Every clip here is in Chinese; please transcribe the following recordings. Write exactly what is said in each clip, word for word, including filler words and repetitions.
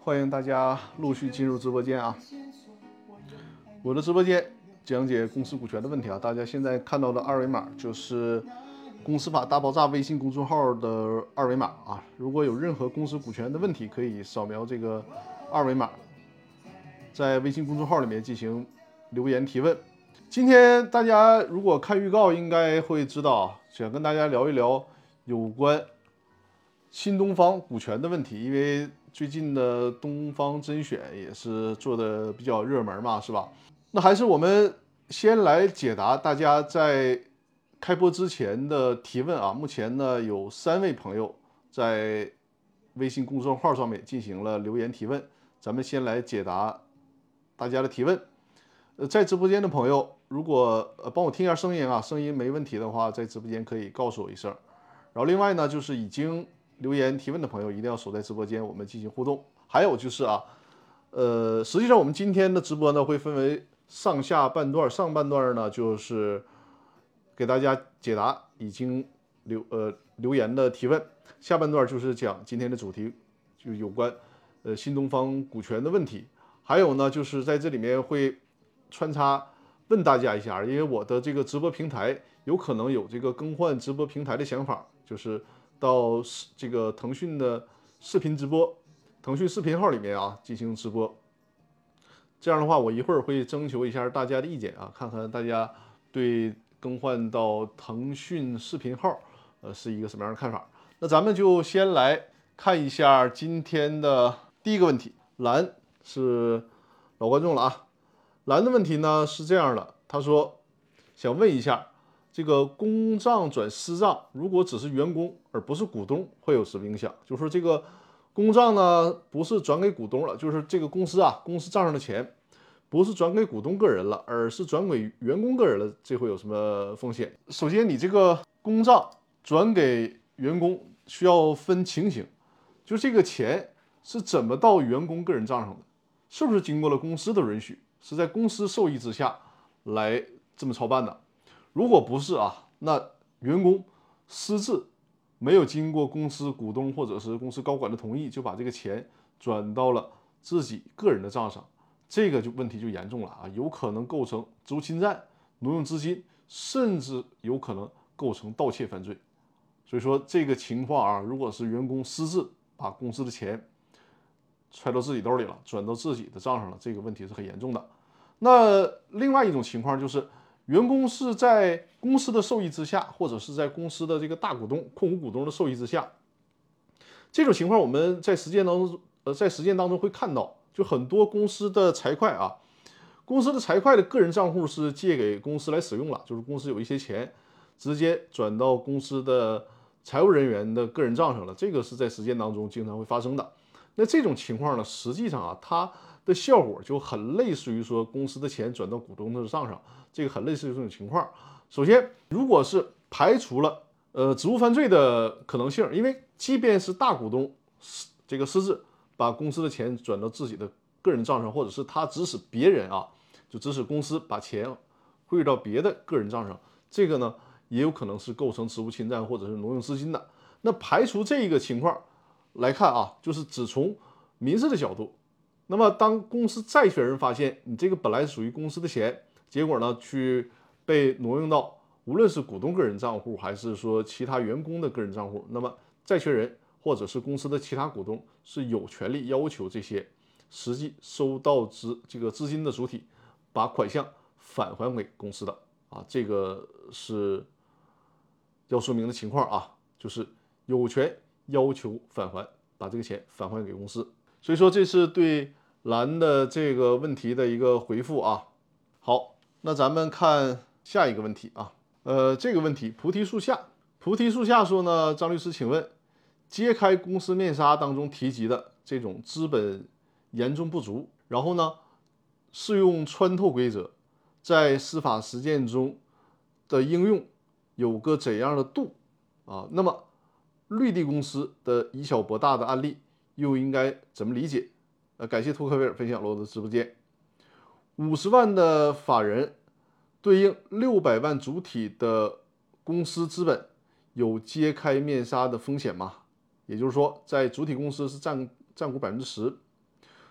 欢迎大家陆续进入直播间啊！我的直播间讲解公司股权的问题啊，大家现在看到的二维码就是公司法大爆炸微信公众号的二维码啊。如果有任何公司股权的问题，可以扫描这个二维码，在微信公众号里面进行留言提问。今天大家如果看预告，应该会知道啊，想跟大家聊一聊有关新东方股权的问题，因为最近的东方甄选也是做的比较热门嘛，是吧？那还是我们先来解答大家在开播之前的提问啊。目前呢，有三位朋友在微信公众号上面进行了留言提问，咱们先来解答大家的提问。呃，在直播间的朋友，如果呃帮我听一下声音啊，声音没问题的话，在直播间可以告诉我一声。然后另外呢，就是已经留言提问的朋友，一定要守在直播间，我们进行互动。还有就是啊，呃，实际上我们今天的直播呢会分为上下半段，上半段呢就是给大家解答已经留呃留言的提问，下半段就是讲今天的主题，就有关呃新东方股权的问题。还有呢，就是在这里面会穿插问大家一下，因为我的这个直播平台有可能有这个更换直播平台的想法，就是到这个腾讯的视频直播，腾讯视频号里面啊进行直播。这样的话，我一会儿会征求一下大家的意见啊，看看大家对更换到腾讯视频号呃是一个什么样的看法。那咱们就先来看一下今天的第一个问题，蓝是老观众了啊。蓝的问题呢是这样的，他说想问一下，这个公账转私账，如果只是员工而不是股东，会有什么影响？就是说这个公账呢不是转给股东了，就是这个公司啊，公司账上的钱不是转给股东个人了，而是转给员工个人了，这会有什么风险？首先，你这个公账转给员工需要分情形，就是这个钱是怎么到员工个人账上的，是不是经过了公司的允许？是在公司授意之下来这么操办的。如果不是啊，那员工私自没有经过公司股东或者是公司高管的同意，就把这个钱转到了自己个人的账上，这个就问题就严重了啊，有可能构成职务侵占、挪用资金，甚至有可能构成盗窃犯罪。所以说这个情况啊，如果是员工私自把公司的钱揣到自己兜里了，转到自己的账上了，这个问题是很严重的。那另外一种情况就是，员工是在公司的授意之下，或者是在公司的这个大股东、控股股东的授意之下，这种情况我们在实践当中，呃，在实践当中会看到，就很多公司的财会啊，公司的财会的个人账户是借给公司来使用了，就是公司有一些钱直接转到公司的财务人员的个人账上了，这个是在实践当中经常会发生的。那这种情况呢，实际上啊，它的效果就很类似于说公司的钱转到股东的账上，这个很类似于这种情况。首先，如果是排除了呃职务犯罪的可能性，因为即便是大股东这个私自把公司的钱转到自己的个人账上，或者是他指使别人啊，就指使公司把钱汇到别的个人账上，这个呢也有可能是构成职务侵占或者是挪用资金的。那排除这一个情况来看啊，就是只从民事的角度，那么当公司债权人发现你这个本来属于公司的钱，结果呢去被挪用到无论是股东个人账户还是说其他员工的个人账户，那么债权人或者是公司的其他股东是有权利要求这些实际收到资这个资金的主体把款项返还给公司的啊，这个是要说明的情况啊，就是有权要求返还，把这个钱返还给公司。所以说这是对蓝的这个问题的一个回复啊。好，那咱们看下一个问题啊，呃，这个问题菩提树下，菩提树下说呢，张律师，请问揭开公司面纱当中提及的这种资本严重不足，然后呢适用穿透规则，在司法实践中的应用有个怎样的度啊？那么绿地公司的以小博大的案例又应该怎么理解？呃，感谢托克维尔分享了我的直播间。五十万的法人对应六百万主体的公司资本有揭开面纱的风险吗？也就是说，在主体公司是占占股百分之十，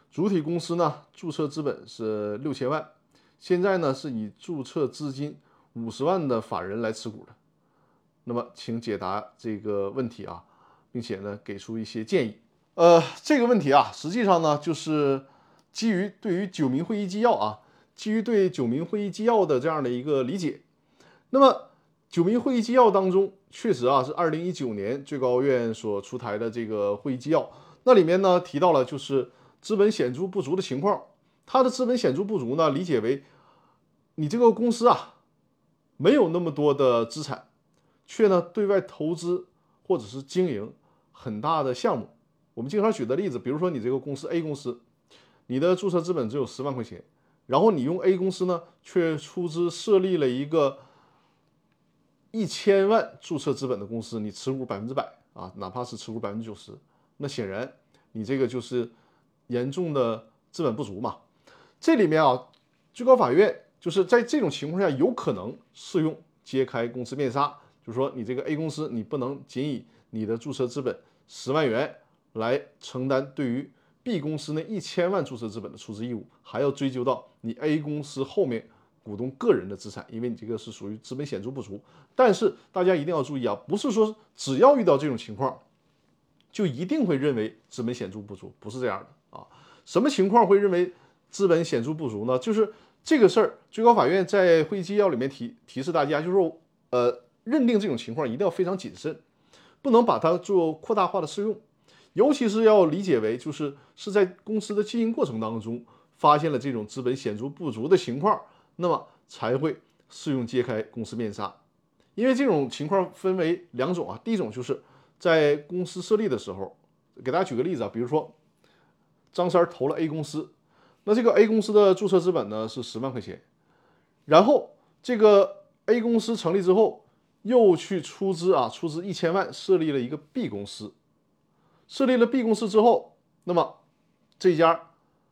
主体公司呢注册资本是六千万，现在呢是以注册资金五十万的法人来持股的。那么，请解答这个问题啊，并且呢给出一些建议。呃，这个问题啊，实际上呢就是基于对于九民会议纪要啊，基于对九民会议纪要的这样的一个理解。那么，九民会议纪要当中，确实啊是二零一九年最高院所出台的这个会议纪要，那里面呢提到了就是资本显著不足的情况。它的资本显著不足呢，理解为你这个公司啊没有那么多的资产。却呢对外投资或者是经营很大的项目。我们经常举的例子，比如说你这个公司 A 公司，你的注册资本只有十万块钱，然后你用 A 公司呢却出资设立了一个一千万注册资本的公司，你持股百分之百啊，哪怕是持股百分之九十，那显然你这个就是严重的资本不足嘛。这里面啊，最高法院就是在这种情况下有可能适用揭开公司面纱。就是说，你这个 A 公司，你不能仅以你的注册资本十万元来承担对于 B 公司那一千万注册资本的出资义务，还要追究到你 A 公司后面股东个人的资产，因为你这个是属于资本显著不足。但是大家一定要注意啊，不是说只要遇到这种情况，就一定会认为资本显著不足，不是这样的啊。什么情况会认为资本显著不足呢？就是这个事儿，最高法院在会议纪要里面提提示大家，就是说，呃。认定这种情况一定要非常谨慎，不能把它做扩大化的适用，尤其是要理解为就是是在公司的经营过程当中发现了这种资本显著不足的情况，那么才会适用揭开公司面纱。因为这种情况分为两种啊，第一种就是在公司设立的时候，给大家举个例子啊，比如说张三投了 A 公司，那这个 A 公司的注册资本呢是十万块钱，然后这个 A 公司成立之后。又去出资啊，出资一千万设立了一个 B 公司，设立了 B 公司之后，那么这家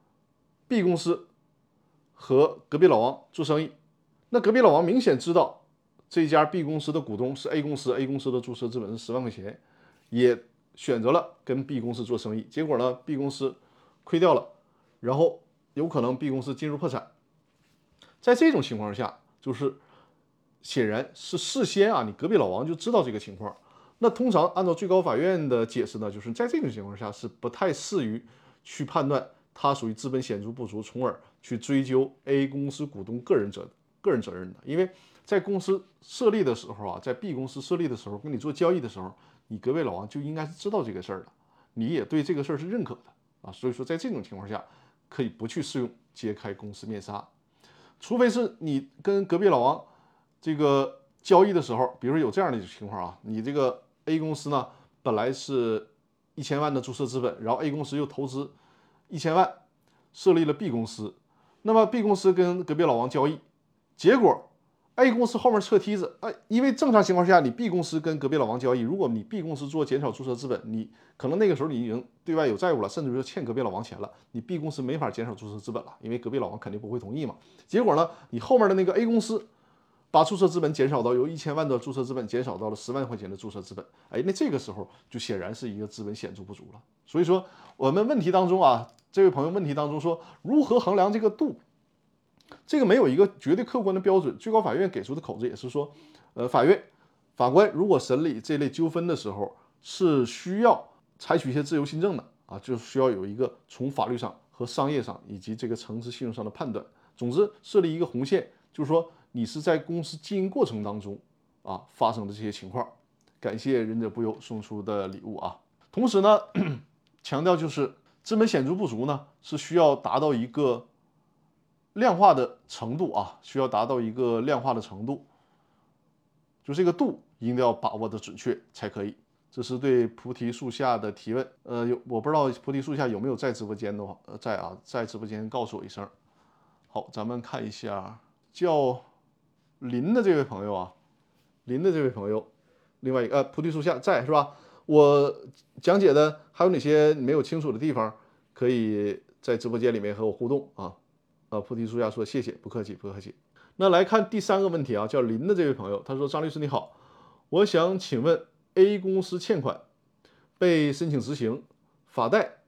B 公司和隔壁老王做生意，那隔壁老王明显知道这家 B 公司的股东是 A 公司 ，A 公司的注册资本是十万块钱，也选择了跟 B 公司做生意，结果呢 ，B 公司亏掉了，然后有可能 B 公司进入破产。在这种情况下，就是显然是事先啊，你隔壁老王就知道这个情况。那通常按照最高法院的解释呢，就是在这种情况下是不太适于去判断它属于资本显著不足，从而去追究 A 公司股东个人责个人责任的。因为在公司设立的时候啊，在 B 公司设立的时候，跟你做交易的时候，你隔壁老王就应该是知道这个事儿的，你也对这个事儿是认可的啊。所以说，在这种情况下，可以不去适用揭开公司面纱，除非是你跟隔壁老王这个交易的时候，比如说有这样的情况啊，你这个 A 公司呢本来是一千万的注册资本，然后 A 公司又投资一千万设立了 B 公司，那么 B 公司跟隔壁老王交易，结果 A 公司后面撤梯子，哎，因为正常情况下，你 B 公司跟隔壁老王交易，如果你 B 公司做减少注册资本，你可能那个时候你已经对外有债务了，甚至说欠隔壁老王钱了，你 B 公司没法减少注册资本了，因为隔壁老王肯定不会同意嘛。结果呢，你后面的那个 A 公司把注册资本减少到由一千万的注册资本减少到了十万块钱的注册资本，哎，那这个时候就显然是一个资本显著不足了。所以说，我们问题当中啊，这位朋友问题当中说如何衡量这个度，这个没有一个绝对客观的标准。最高法院给出的口子也是说，呃，法院法官如果审理这类纠纷的时候，是需要采取一些自由心证的啊，就需要有一个从法律上和商业上以及这个诚实信用上的判断。总之，设立一个红线，就是说你是在公司经营过程当中啊发生的这些情况。感谢忍者不忧送出的礼物啊。同时呢，强调就是资本显著不足呢，是需要达到一个量化的程度啊，需要达到一个量化的程度，就这个度一定要把握的准确才可以。这是对菩提树下的提问。呃，有我不知道菩提树下有没有在直播间的话，呃，在啊，在直播间告诉我一声。好，咱们看一下叫林的这位朋友啊，林的这位朋友，另外一个呃菩提树下在是吧？我讲解的还有哪些没有清楚的地方，可以在直播间里面和我互动啊。呃，菩提树下说谢谢，不客气不客气。那来看第三个问题啊，叫林的这位朋友，他说张律师你好，我想请问 A 公司欠款被申请执行，法贷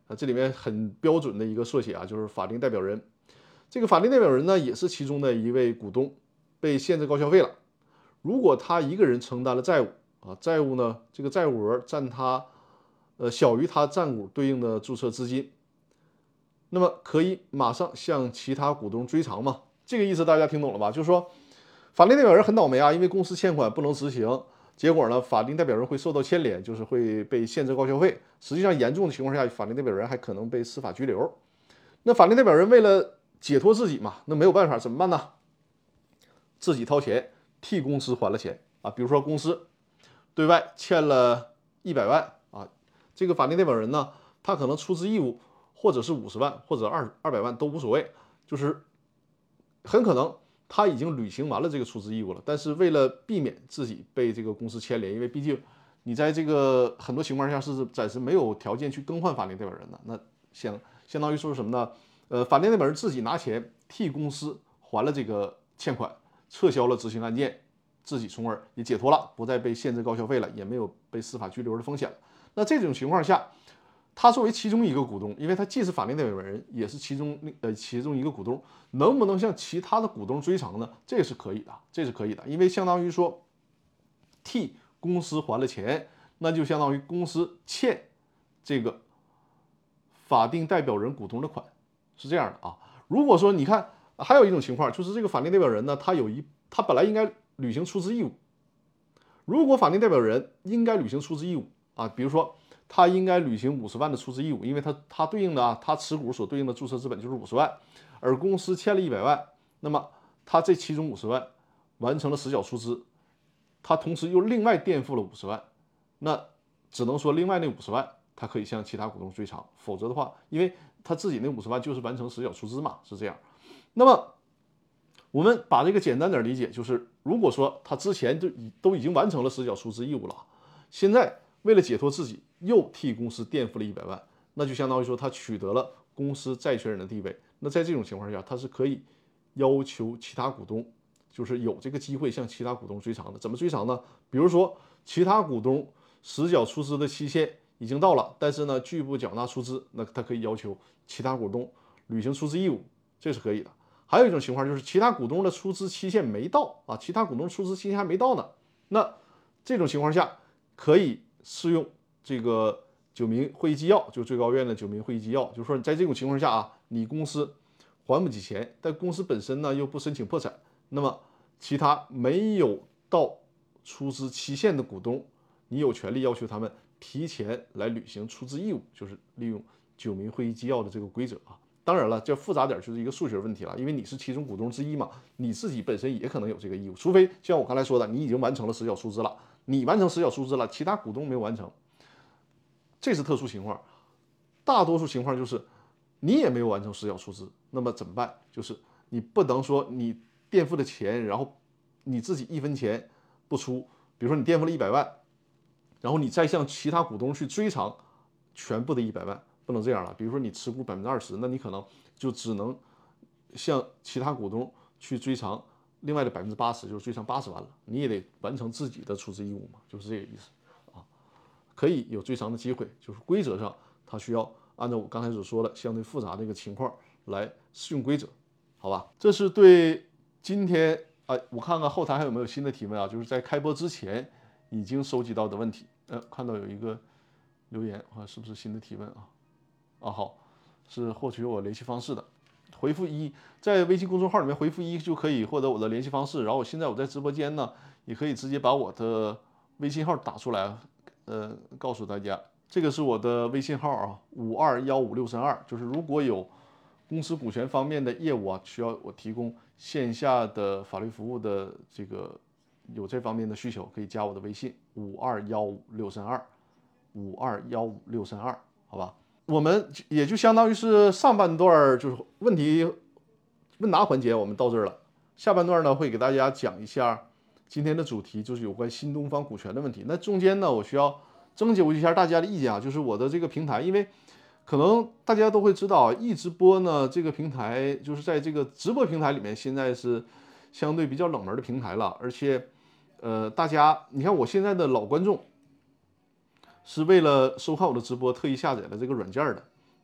啊，这里面很标准的一个缩写啊，就是法定代表人。这个法定代表人呢，也是其中的一位股东，被限制高消费了。如果他一个人承担了债务啊，债务呢，这个债务额占他呃小于他占股对应的注册资金，那么可以马上向其他股东追偿嘛？这个意思大家听懂了吧？就是说，法定代表人很倒霉啊，因为公司欠款不能执行，结果呢，法定代表人会受到牵连，就是会被限制高消费。实际上，严重的情况下，法定代表人还可能被司法拘留。那法定代表人为了解脱自己嘛，那没有办法，怎么办呢？自己掏钱替公司还了钱啊。比如说公司对外欠了一百万啊，这个法定代表人呢，他可能出资义务或者是五十万或者二二百万都无所谓，就是很可能他已经履行完了这个出资义务了，但是为了避免自己被这个公司牵连，因为毕竟你在这个很多情况下是暂时没有条件去更换法定代表人的，那相相当于说是什么呢？呃，法定代表人自己拿钱替公司还了这个欠款，撤销了执行案件，自己从而也解脱了，不再被限制高消费了，也没有被司法拘留的风险了。那这种情况下，他作为其中一个股东，因为他既是法定代表人，也是其中呃其中一个股东，能不能向其他的股东追偿呢？这是可以的，这是可以的，因为相当于说替公司还了钱，那就相当于公司欠这个法定代表人股东的款，是这样的啊。如果说你看还有一种情况，就是这个法定代表人呢，他有一他本来应该履行出资义务，如果法定代表人应该履行出资义务啊，比如说他应该履行五十万的出资义务，因为他他对应的啊，他持股所对应的注册资本就是五十万，而公司欠了一百万，那么他这其中五十万完成了实缴出资，他同时又另外垫付了五十万，那只能说另外那五十万他可以向其他股东追偿，否则的话，因为他自己那五十万就是完成实缴出资嘛，是这样。那么我们把这个简单点理解，就是如果说他之前就都已经完成了实缴出资义务了，现在为了解脱自己，又替公司垫付了一百万，那就相当于说他取得了公司债权人的地位。那在这种情况下，他是可以要求其他股东，就是有这个机会向其他股东追偿的。怎么追偿呢？比如说其他股东实缴出资的期限已经到了，但是呢拒不缴纳出资，那他可以要求其他股东履行出资义务，这是可以的。还有一种情况就是其他股东的出资期限没到啊，其他股东出资期限还没到呢，那这种情况下可以适用这个九民会议纪要，就最高院的九民会议纪要，就是说在这种情况下啊，你公司还不起钱，但公司本身呢又不申请破产，那么其他没有到出资期限的股东，你有权利要求他们提前来履行出资义务，就是利用九民会议纪要的这个规则啊。当然了，这复杂点就是一个数学问题了，因为你是其中股东之一嘛，你自己本身也可能有这个义务，除非像我刚才说的，你已经完成了实缴出资了，你完成实缴出资了，其他股东没有完成，这是特殊情况。大多数情况就是你也没有完成实缴出资，那么怎么办？就是你不能说你垫付的钱，然后你自己一分钱不出，比如说你垫付了一百万，然后你再向其他股东去追偿全部的一百万。不能这样了，比如说你持股百分之二十，那你可能就只能向其他股东去追偿另外的百分之八十，就是追偿八十万了。你也得完成自己的出资义务嘛，就是这个意思啊。可以有追偿的机会，就是规则上它需要按照我刚才所说的相对复杂的一个情况来适用规则，好吧？这是对今天啊，我看看后台还有没有新的提问啊？就是在开播之前已经收集到的问题。呃，看到有一个留言啊，是不是新的提问啊？啊好，是获取我联系方式的，回复一，在微信公众号里面回复一就可以获得我的联系方式。然后我现在我在直播间呢，也可以直接把我的微信号打出来，呃，告诉大家，这个是我的微信号啊，五二幺五六三二。就是如果有公司股权方面的业务啊，需要我提供线下的法律服务的这个有这方面的需求，可以加我的微信五二幺五六三二，五二幺五六三二，好吧？我们也就相当于是上半段就是问题问答环节，我们到这儿了。下半段呢，会给大家讲一下今天的主题，就是有关新东方股权的问题。那中间呢，我需要征求一下大家的意见啊，就是我的这个平台，因为可能大家都会知道，易直播呢这个平台就是在这个直播平台里面，现在是相对比较冷门的平台了，而且呃，大家你看我现在的老观众。是为了收看我的直播特意下载了这个软件的，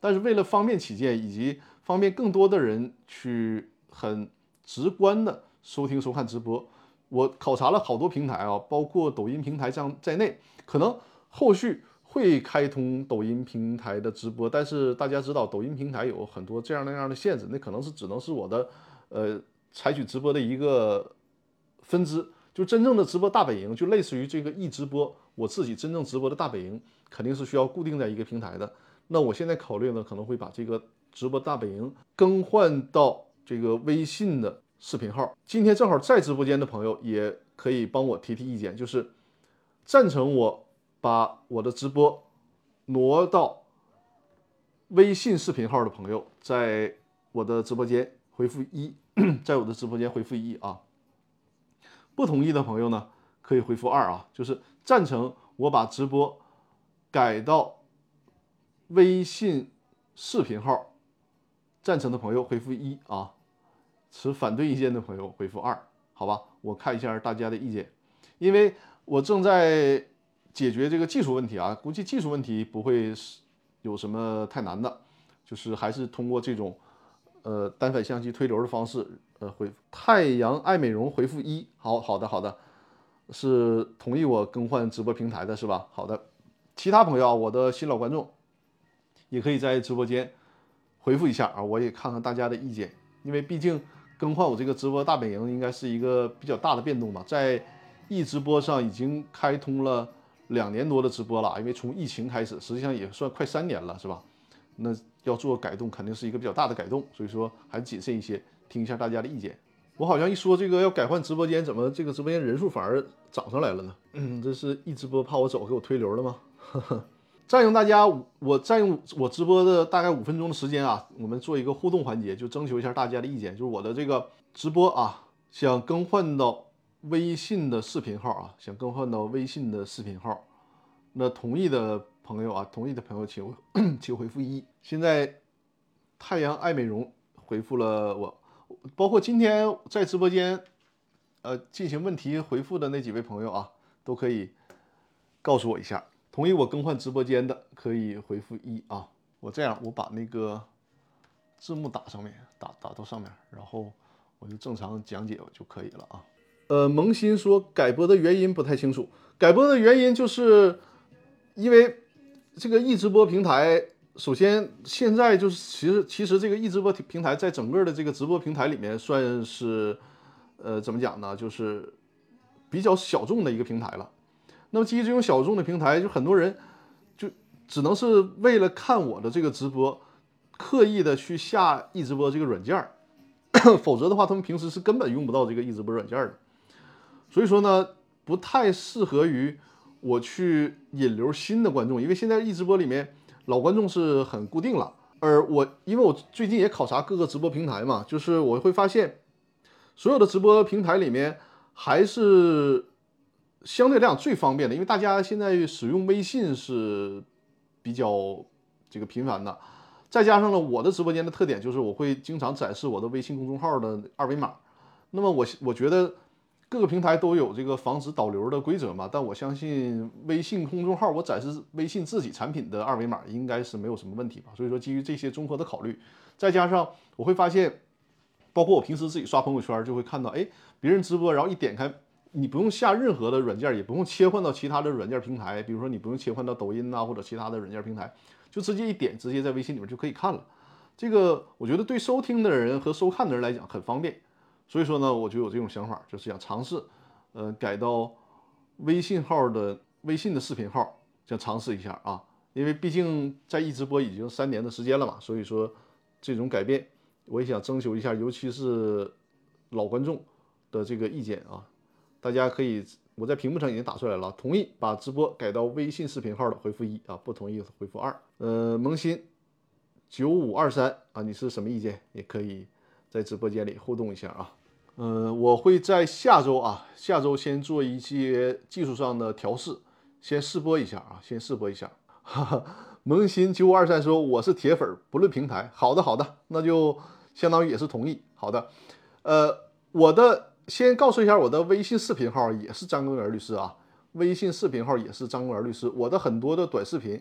但是为了方便起见，以及方便更多的人去很直观的收听收看直播，我考察了好多平台啊，包括抖音平台这样在内，可能后续会开通抖音平台的直播，但是大家知道抖音平台有很多这样那样的限制，那可能是只能是我的呃采取直播的一个分支，就真正的直播大本营，就类似于这个易直播，我自己真正直播的大本营肯定是需要固定在一个平台的。那我现在考虑呢，可能会把这个直播大本营更换到这个微信的视频号。今天正好在直播间的朋友也可以帮我提提意见，就是赞成我把我的直播挪到微信视频号的朋友，在我的直播间回复一，在我的直播间回复一啊。不同意的朋友呢，可以回复二啊，就是赞成我把直播改到微信视频号，赞成的朋友回复一啊，持反对意见的朋友回复二，好吧？我看一下大家的意见，因为我正在解决这个技术问题啊，估计技术问题不会有什么太难的，就是还是通过这种呃单反相机推流的方式，呃回太阳爱美容回复一，好好的好的，是同意我更换直播平台的是吧？好的，其他朋友啊，我的新老观众也可以在直播间回复一下啊，我也看看大家的意见，因为毕竟更换我这个直播大本营应该是一个比较大的变动吧，在易直播上已经开通了两年多的直播了，因为从疫情开始，实际上也算快三年了，是吧？那要做改动，肯定是一个比较大的改动，所以说还是谨慎一些，听一下大家的意见。我好像一说这个要改换直播间，怎么这个直播间人数反而涨上来了呢？嗯，这是易直播怕我走，给我推流了吗？占用大家，我占用我直播的大概五分钟的时间啊，我们做一个互动环节，就征求一下大家的意见。就是我的这个直播啊，想更换到微信的视频号啊，想更换到微信的视频号，那同意的朋友啊，同意的朋友请请回复一。现在太阳爱美容回复了我，包括今天在直播间呃进行问题回复的那几位朋友啊，都可以告诉我一下。同意我更换直播间的可以回复一啊。我这样，我把那个字幕打上面，打打到上面，然后我就正常讲解就可以了啊。呃，萌新说改播的原因不太清楚，改播的原因就是因为这个易直播平台，首先现在就是其实其实这个易直播平台在整个的这个直播平台里面算是呃怎么讲呢，就是比较小众的一个平台了。那么基于这种小众的平台，就很多人就只能是为了看我的这个直播，刻意的去下易直播这个软件，否则的话，他们平时是根本用不到这个易直播软件的。所以说呢，不太适合于我去引流新的观众，因为现在易直播里面老观众是很固定了。而我因为我最近也考察各个直播平台嘛，就是我会发现，所有的直播平台里面还是相对来讲最方便的，因为大家现在使用微信是比较这个频繁的，再加上呢，我的直播间的特点就是我会经常展示我的微信公众号的二维码。那么我我觉得各个平台都有这个防止导流的规则嘛，但我相信微信公众号我展示微信自己产品的二维码应该是没有什么问题吧。所以说基于这些综合的考虑，再加上我会发现，包括我平时自己刷朋友圈就会看到，哎，别人直播，然后一点开。你不用下任何的软件，也不用切换到其他的软件平台，比如说你不用切换到抖音啊或者其他的软件平台，就直接一点，直接在微信里面就可以看了。这个我觉得对收听的人和收看的人来讲很方便，所以说呢，我就有这种想法，就是想尝试，呃，改到微信号的微信的视频号，想尝试一下啊，因为毕竟在易直播已经三年的时间了嘛，所以说这种改变我也想征求一下，尤其是老观众的这个意见啊。大家可以，我在屏幕上已经打出来了，同意把直播改到微信视频号的回复一啊，不同意回复二。呃，萌新九五二三啊，你是什么意见？也可以在直播间里互动一下啊。呃，我会在下周啊，下周先做一些技术上的调试，先试播一下啊，先试播一下。哈哈，萌新九五二三说我是铁粉，不论平台。好的，好的，那就相当于也是同意。好的，呃，我的。先告诉一下，我的微信视频号也是张根源律师啊，微信视频号也是张根源律师。我的很多的短视频，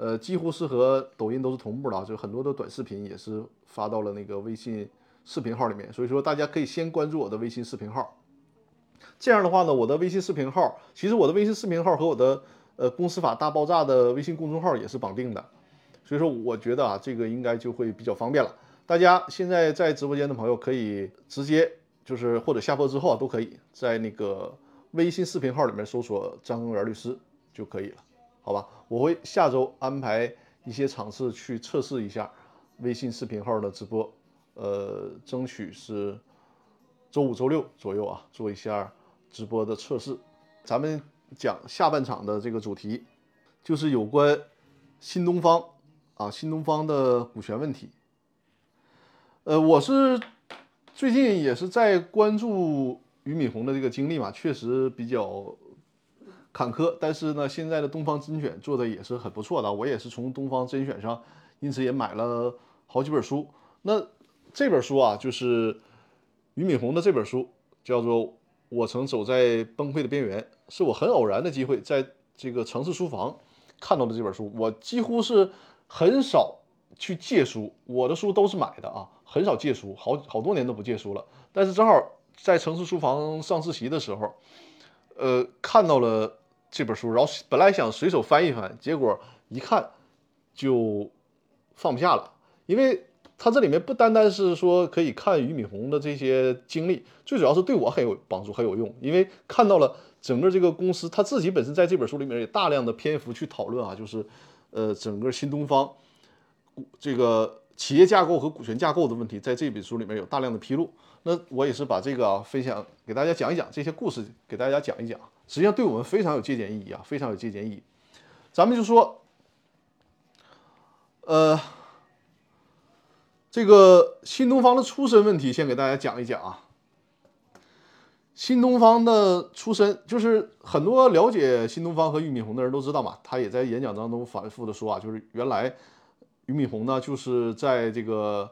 呃，几乎是和抖音都是同步的啊，就很多的短视频也是发到了那个微信视频号里面，所以说大家可以先关注我的微信视频号。这样的话呢，我的微信视频号，其实我的微信视频号和我的呃公司法大爆炸的微信公众号也是绑定的，所以说我觉得啊，这个应该就会比较方便了。大家现在在直播间的朋友可以直接就是或者下播之后啊，都可以在那个微信视频号里面搜索张根源律师就可以了，好吧？我会下周安排一些场次去测试一下微信视频号的直播，呃，争取是周五、周六左右啊，做一下直播的测试。咱们讲下半场的这个主题，就是有关新东方啊，新东方的股权问题。呃，我是最近也是在关注俞敏洪的这个经历嘛，确实比较坎坷，但是呢，现在的东方甄选做的也是很不错的，我也是从东方甄选上，因此也买了好几本书。那这本书啊，就是俞敏洪的这本书，叫做《我曾走在崩溃的边缘》，是我很偶然的机会在这个城市书房看到的这本书。我几乎是很少去借书，我的书都是买的啊，很少借书，好好多年都不借书了。但是正好在城市书房上自习的时候，呃，看到了这本书，然后本来想随手翻一翻，结果一看就放不下了，因为它这里面不单单是说可以看俞敏洪的这些经历，最主要是对我很有帮助，很有用，因为看到了整个这个公司，他自己本身在这本书里面也大量的篇幅去讨论啊，就是呃整个新东方这个企业架构和股权架构的问题，在这本书里面有大量的披露。那我也是把这个啊分享给大家讲一讲，这些故事给大家讲一讲，实际上对我们非常有借鉴意义啊，非常有借鉴意义。咱们就说，呃，这个新东方的出身问题，先给大家讲一讲啊。新东方的出身，就是很多了解新东方和俞敏洪的人都知道嘛，他也在演讲当中反复的说啊，就是原来俞敏洪呢，就是在这个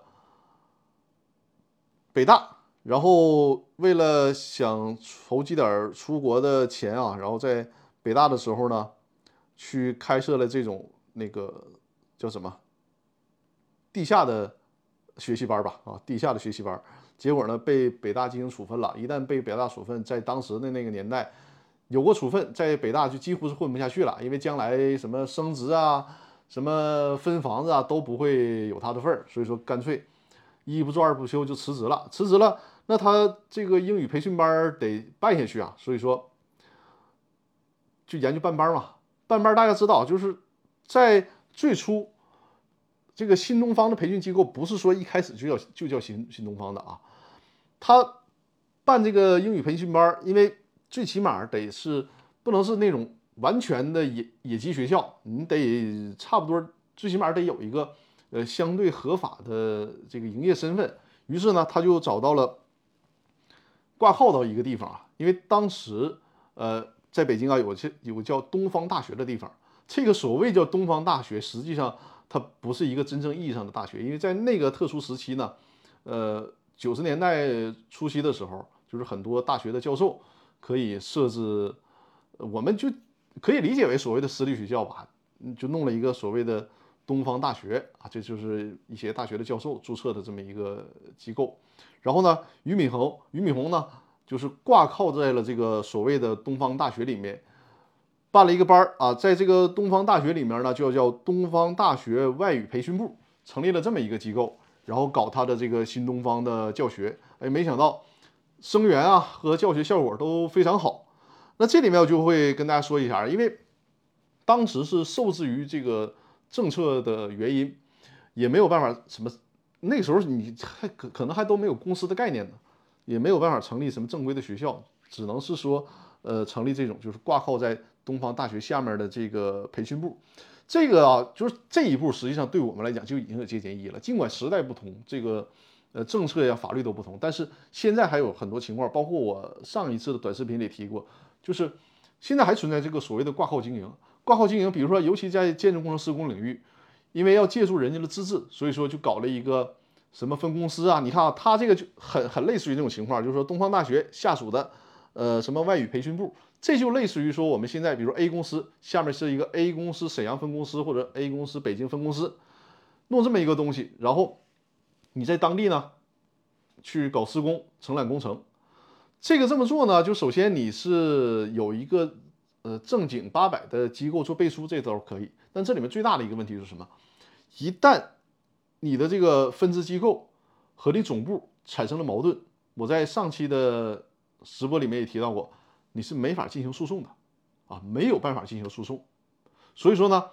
北大，然后为了想筹集点出国的钱啊，然后在北大的时候呢，去开设了这种那个叫什么地下的学习班吧，啊，地下的学习班，结果呢被北大进行处分了。一旦被北大处分，在当时的那个年代，有过处分，在北大就几乎是混不下去了，因为将来什么升职啊、什么分房子啊都不会有他的份儿，所以说干脆一不做二不休就辞职了。辞职了，那他这个英语培训班得办下去啊，所以说就研究办班嘛。办班大家知道，就是在最初。这个新东方的培训机构不是说一开始就叫就叫新新东方的啊，他办这个英语培训班，因为最起码得是不能是那种完全的野野鸡学校，你得差不多最起码得有一个呃相对合法的这个营业身份。于是呢，他就找到了挂靠到一个地方啊，因为当时呃在北京啊有些有个叫东方大学的地方，这个所谓叫东方大学，实际上它不是一个真正意义上的大学，因为在那个特殊时期呢，呃，九十年代初期的时候，就是很多大学的教授可以设置，我们就可以理解为所谓的私立学校吧，就弄了一个所谓的东方大学啊，这就是一些大学的教授注册的这么一个机构。然后呢，俞敏洪，俞敏洪呢，就是挂靠在了这个所谓的东方大学里面。办了一个班啊，在这个东方大学里面呢，就叫东方大学外语培训部，成立了这么一个机构，然后搞他的这个新东方的教学。哎，没想到生源啊和教学效果都非常好。那这里面我就会跟大家说一下，因为当时是受制于这个政策的原因，也没有办法什么，那个时候你还可可能还都没有公司的概念呢，也没有办法成立什么正规的学校，只能是说呃成立这种就是挂靠在东方大学下面的这个培训部。这个啊，就是这一步实际上对我们来讲就已经有借鉴意义了。尽管时代不同，这个呃政策呀、法律都不同，但是现在还有很多情况，包括我上一次的短视频里提过，就是现在还存在这个所谓的挂靠经营。挂靠经营，比如说尤其在建筑工程施工领域，因为要借助人家的资质，所以说就搞了一个什么分公司啊。你看啊，他这个就很很类似于这种情况，就是说东方大学下属的呃什么外语培训部这就类似于说我们现在比如 A 公司下面是一个 A 公司沈阳分公司或者 A 公司北京分公司，弄这么一个东西，然后你在当地呢去搞施工承揽工程。这个这么做呢，就首先你是有一个呃正经八百的机构做背书，这都可以。但这里面最大的一个问题是什么？一旦你的这个分支机构和你总部产生了矛盾，我在上期的直播里面也提到过，你是没法进行诉讼的啊，没有办法进行诉讼。所以说呢，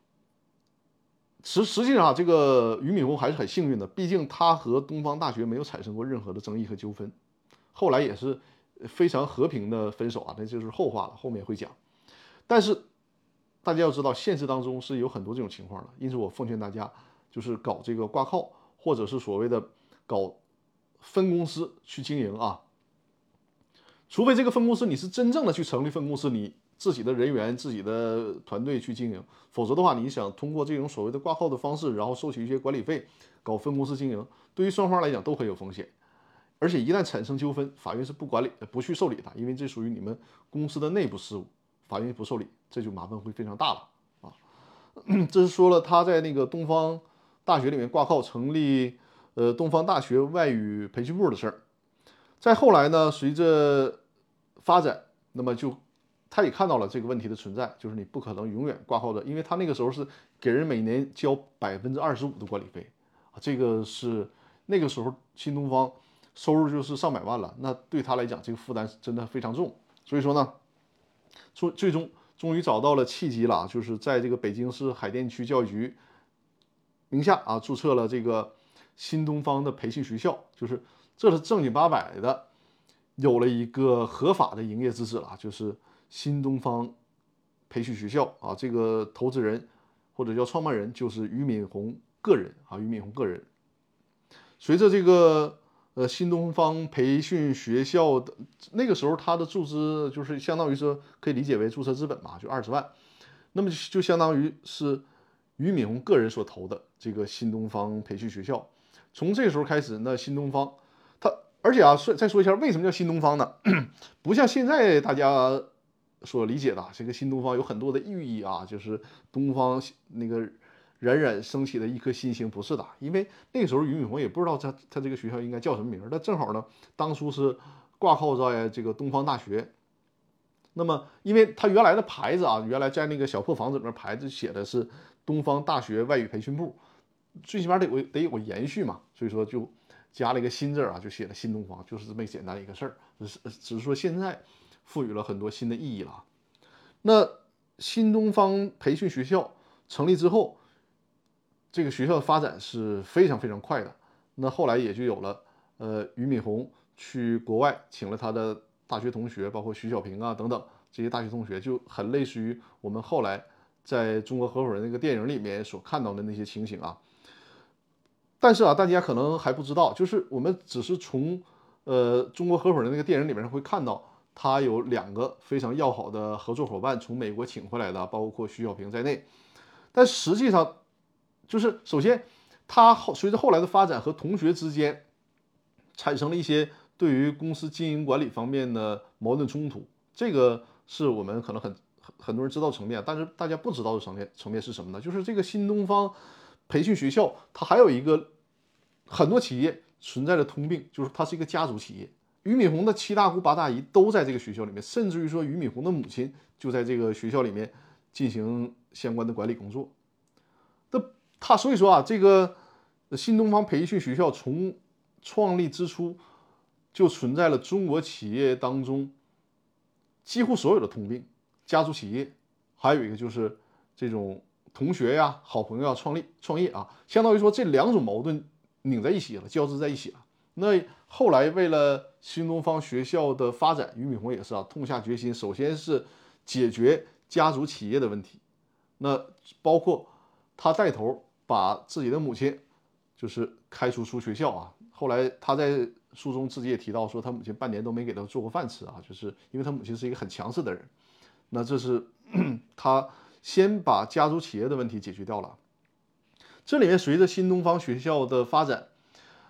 实实际上啊，这个俞敏洪还是很幸运的，毕竟他和东方大学没有产生过任何的争议和纠纷。后来也是非常和平的分手啊，那就是后话了，后面会讲。但是大家要知道，现实当中是有很多这种情况的，因此我奉劝大家，就是搞这个挂靠，或者是所谓的搞分公司去经营啊。除非这个分公司你是真正的去成立分公司，你自己的人员、自己的团队去经营，否则的话，你想通过这种所谓的挂靠的方式，然后收取一些管理费，搞分公司经营，对于双方来讲都很有风险。而且一旦产生纠纷，法院是不管理、不去受理的，因为这属于你们公司的内部事务，法院不受理，这就麻烦会非常大了啊。这是说了他在那个东方大学里面挂靠成立呃东方大学外语培训部的事儿。再后来呢，随着发展，那么就他也看到了这个问题的存在，就是你不可能永远挂靠着，因为他那个时候是给人每年交百分之二十五的管理费啊，这个是那个时候新东方收入就是上百万了，那对他来讲，这个负担真的非常重。所以说呢，最最终终于找到了契机了，就是在这个北京市海淀区教育局名下啊，注册了这个新东方的培训学校，就是这是正经八百的有了一个合法的营业资质了，就是新东方培训学校啊。这个投资人或者叫创办人就是俞敏洪个人啊，俞敏洪个人。随着这个呃新东方培训学校的那个时候，他的注资就是相当于说可以理解为注册资本嘛，就二十万，那么就相当于是俞敏洪个人所投的这个新东方培训学校。从这个时候开始，那新东方它，而且啊，说再说一下为什么叫新东方呢？不像现在大家所理解的这个新东方有很多的寓意啊，就是东方那个冉冉升起的一颗新星，不是的，因为那个时候俞敏洪也不知道他他这个学校应该叫什么名儿，但正好呢，当初是挂靠在这个东方大学。那么，因为他原来的牌子啊，原来在那个小破房子里面牌子写的是东方大学外语培训部，最起码得有得有个延续嘛，所以说就加了一个新字啊，就写了新东方，就是这么简单的一个事儿。只是只是说现在赋予了很多新的意义了。那新东方培训学校成立之后，这个学校的发展是非常非常快的。那后来也就有了，呃，俞敏洪去国外请了他的大学同学，包括徐小平啊等等这些大学同学，就很类似于我们后来在中国合伙人那个电影里面所看到的那些情形啊。但是啊，大家可能还不知道，就是我们只是从呃中国合伙人那个电影里面会看到，他有两个非常要好的合作伙伴从美国请回来的，包括徐小平在内。但实际上，就是首先，他后随着后来的发展和同学之间产生了一些对于公司经营管理方面的矛盾冲突，这个是我们可能很很很多人知道层面，但是大家不知道的层面层面是什么呢？就是这个新东方培训学校，它还有一个很多企业存在的通病，就是它是一个家族企业。俞敏洪的七大姑八大姨都在这个学校里面，甚至于说俞敏洪的母亲就在这个学校里面进行相关的管理工作。那他所以说啊，这个新东方培训学校从创立之初就存在了中国企业当中几乎所有的通病，家族企业，还有一个就是这种同学呀、好朋友啊创立创业啊，相当于说这两种矛盾拧在一起了，交织在一起了。那后来为了新东方学校的发展，俞敏洪也是啊，痛下决心，首先是解决家族企业的问题，那包括他带头把自己的母亲就是开除出学校啊。后来他在书中自己也提到说，他母亲半年都没给他做过饭吃啊，就是因为他母亲是一个很强势的人。那这是他先把家族企业的问题解决掉了。这里面随着新东方学校的发展，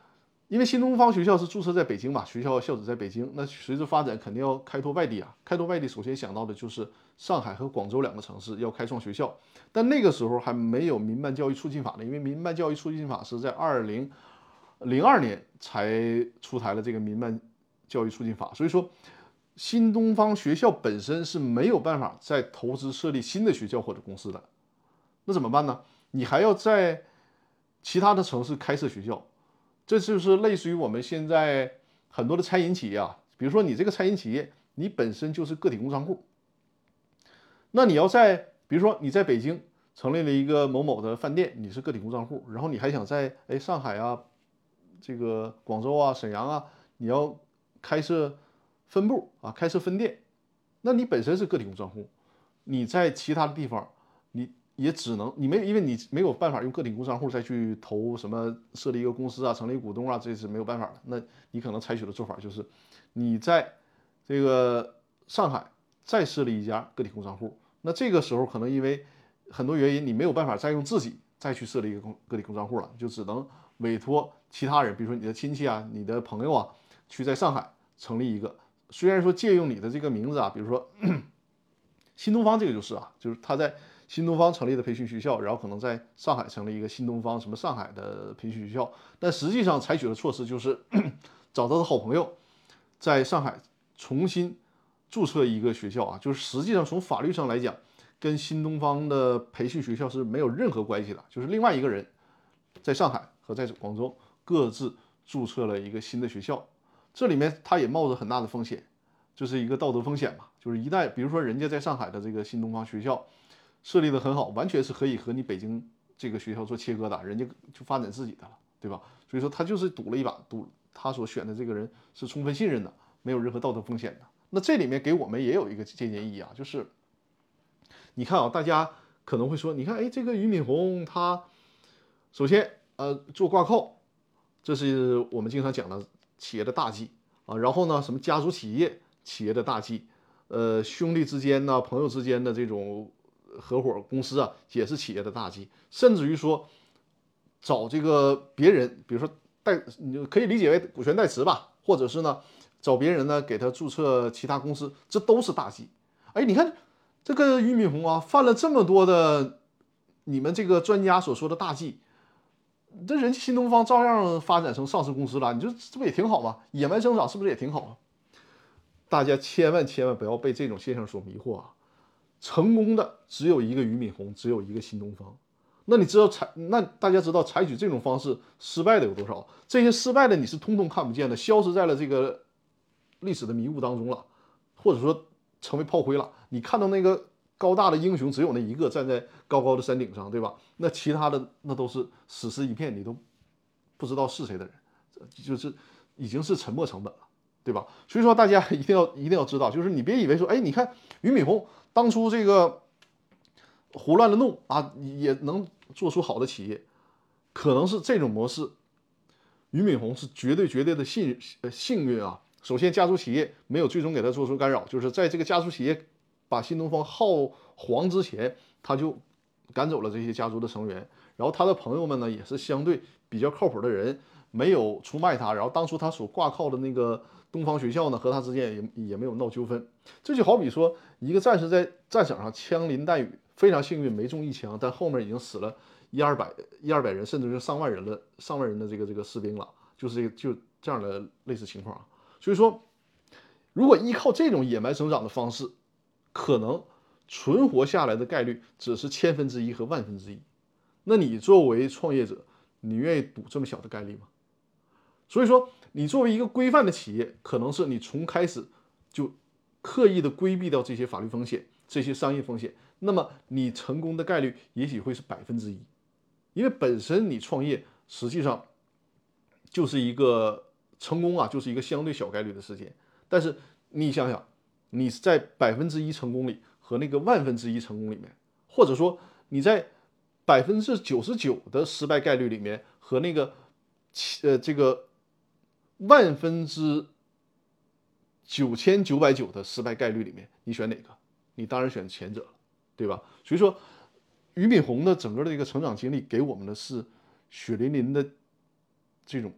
因为新东方学校是注册在北京嘛，学校校址在北京，那随着发展肯定要开拓外地啊。开拓外地，首先想到的就是上海和广州两个城市要开创学校，但那个时候还没有民办教育促进法呢，因为民办教育促进法是在二零零二年才出台了这个民办教育促进法，所以说新东方学校本身是没有办法再投资设立新的学校或者公司的。那怎么办呢？你还要在其他的城市开设学校。这就是类似于我们现在很多的餐饮企业啊，比如说你这个餐饮企业，你本身就是个体工商户，那你要在，比如说你在北京成立了一个某某的饭店，你是个体工商户，然后你还想在哎上海啊、这个广州啊、沈阳啊，你要开设分部啊、开设分店，那你本身是个体工商户，你在其他的地方，你也只能你没因为你没有办法用个体工商户再去投什么设立一个公司啊、成立股东啊，这是没有办法的。那你可能采取的做法就是，你在这个上海再设立一家个体工商户。那这个时候可能因为很多原因，你没有办法再用自己再去设立一个个体工商户了，就只能委托其他人，比如说你的亲戚啊、你的朋友啊，去在上海成立一个。虽然说借用你的这个名字啊，比如说新东方这个就是啊，就是他在新东方成立的培训学校，然后可能在上海成立一个新东方什么上海的培训学校，但实际上采取的措施就是找到的好朋友在上海重新注册一个学校啊，就是实际上从法律上来讲，跟新东方的培训学校是没有任何关系的，就是另外一个人在上海和在广州各自注册了一个新的学校，这里面他也冒着很大的风险，就是一个道德风险嘛，就是一旦比如说人家在上海的这个新东方学校设立的很好，完全是可以和你北京这个学校做切割的，人家就发展自己的了，对吧？所以说他就是赌了一把，赌他所选的这个人是充分信任的，没有任何道德风险的。那这里面给我们也有一个借鉴意义啊，就是你看啊，大家可能会说，你看，哎，这个俞敏洪他首先呃做挂靠，这是我们经常讲的企业的大忌啊。然后呢，什么家族企业企业的大忌，呃，兄弟之间呢、朋友之间的这种合伙公司啊，也是企业的大忌。甚至于说找这个别人，比如说代，你就可以理解为股权代持吧，或者是呢找别人呢给他注册其他公司，这都是大忌。哎，你看这个俞敏洪啊，犯了这么多的你们这个专家所说的大忌，这人家新东方照样发展成上市公司了，你说这不也挺好吗？野蛮生长是不是也挺好啊？大家千万千万不要被这种现象所迷惑啊！成功的只有一个俞敏洪，只有一个新东方。那你知道采那大家知道采取这种方式失败的有多少？这些失败的你是通通看不见的，消失在了这个历史的迷雾当中了，或者说成为炮灰了。你看到那个高大的英雄只有那一个站在高高的山顶上，对吧？那其他的那都是死尸一片，你都不知道是谁的人，就是已经是沉没成本了，对吧？所以说大家一定要一定要知道，就是你别以为说，哎，你看俞敏洪当初这个胡乱的弄啊，也能做出好的企业，可能是这种模式。俞敏洪是绝对绝对的幸呃幸运啊！首先，家族企业没有最终给他做出干扰，就是在这个家族企业把新东方耗黄之前，他就赶走了这些家族的成员。然后他的朋友们呢，也是相对比较靠谱的人，没有出卖他。然后当初他所挂靠的那个东方学校呢，和他之间也也没有闹纠纷。这就好比说，一个战士在战场上枪林弹雨，非常幸运没中一枪，但后面已经死了一二百一二百人，甚至是上万人的上万人的这个这个士兵了，就是这个就这样的类似情况。所以说，如果依靠这种野蛮生长的方式，可能存活下来的概率只是千分之一和万分之一。那你作为创业者，你愿意赌这么小的概率吗？所以说，你作为一个规范的企业，可能是你从开始就刻意的规避掉这些法律风险、这些商业风险，那么你成功的概率也许会是百分之一，因为本身你创业实际上就是一个成功啊，就是一个相对小概率的事件。但是你想想，你在百分之一成功里和那个万分之一成功里面，或者说你在百分之九十九的失败概率里面和那个呃这个万分之九千九百九的失败概率里面，你选哪个？你当然选前者了，对吧？所以说，俞敏洪的整个的一个成长经历给我们的是血淋淋的这种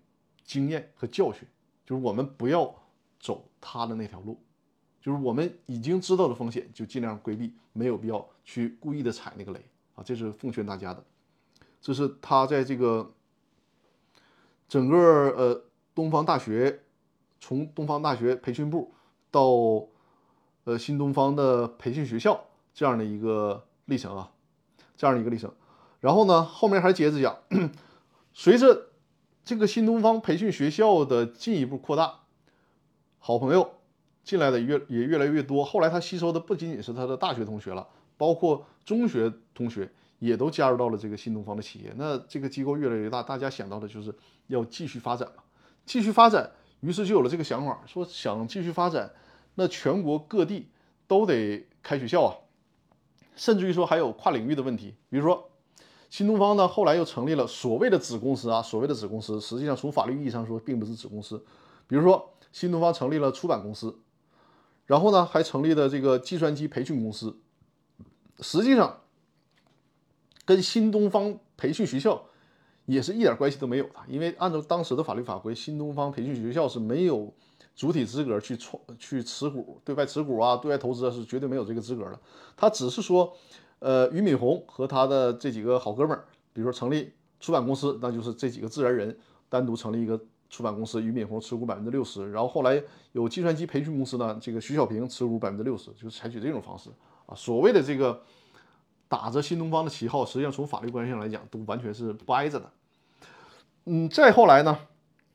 经验和教训，就是我们不要走他的那条路，就是我们已经知道的风险就尽量规避，没有必要去故意的踩那个雷啊，这是奉劝大家的。这是他在这个整个呃东方大学，从东方大学培训部到呃新东方的培训学校这样的一个历程啊，这样的一个历程。然后呢，后面还接着讲，随着这个新东方培训学校的进一步扩大，好朋友进来的越也越来越多。后来他吸收的不仅仅是他的大学同学了，包括中学同学也都加入到了这个新东方的企业。那这个机构越来越大，大家想到的就是要继续发展嘛，继续发展。于是就有了这个想法，说想继续发展，那全国各地都得开学校啊，甚至于说还有跨领域的问题，比如说。新东方呢，后来又成立了所谓的子公司啊，所谓的子公司，实际上从法律意义上说，并不是子公司。比如说，新东方成立了出版公司，然后呢，还成立了这个计算机培训公司，实际上跟新东方培训学校也是一点关系都没有的，因为按照当时的法律法规，新东方培训学校是没有主体资格去创去持股、对外持股啊、对外投资啊，是绝对没有这个资格的。他只是说。呃，俞敏洪和他的这几个好哥们儿，比如说成立出版公司，那就是这几个自然人单独成立一个出版公司，俞敏洪持股百分之六十，然后后来有计算机培训公司呢，这个徐小平持股百分之六十，就是采取这种方式啊。所谓的这个打着新东方的旗号，实际上从法律关系上来讲，都完全是不挨着的。嗯，再后来呢，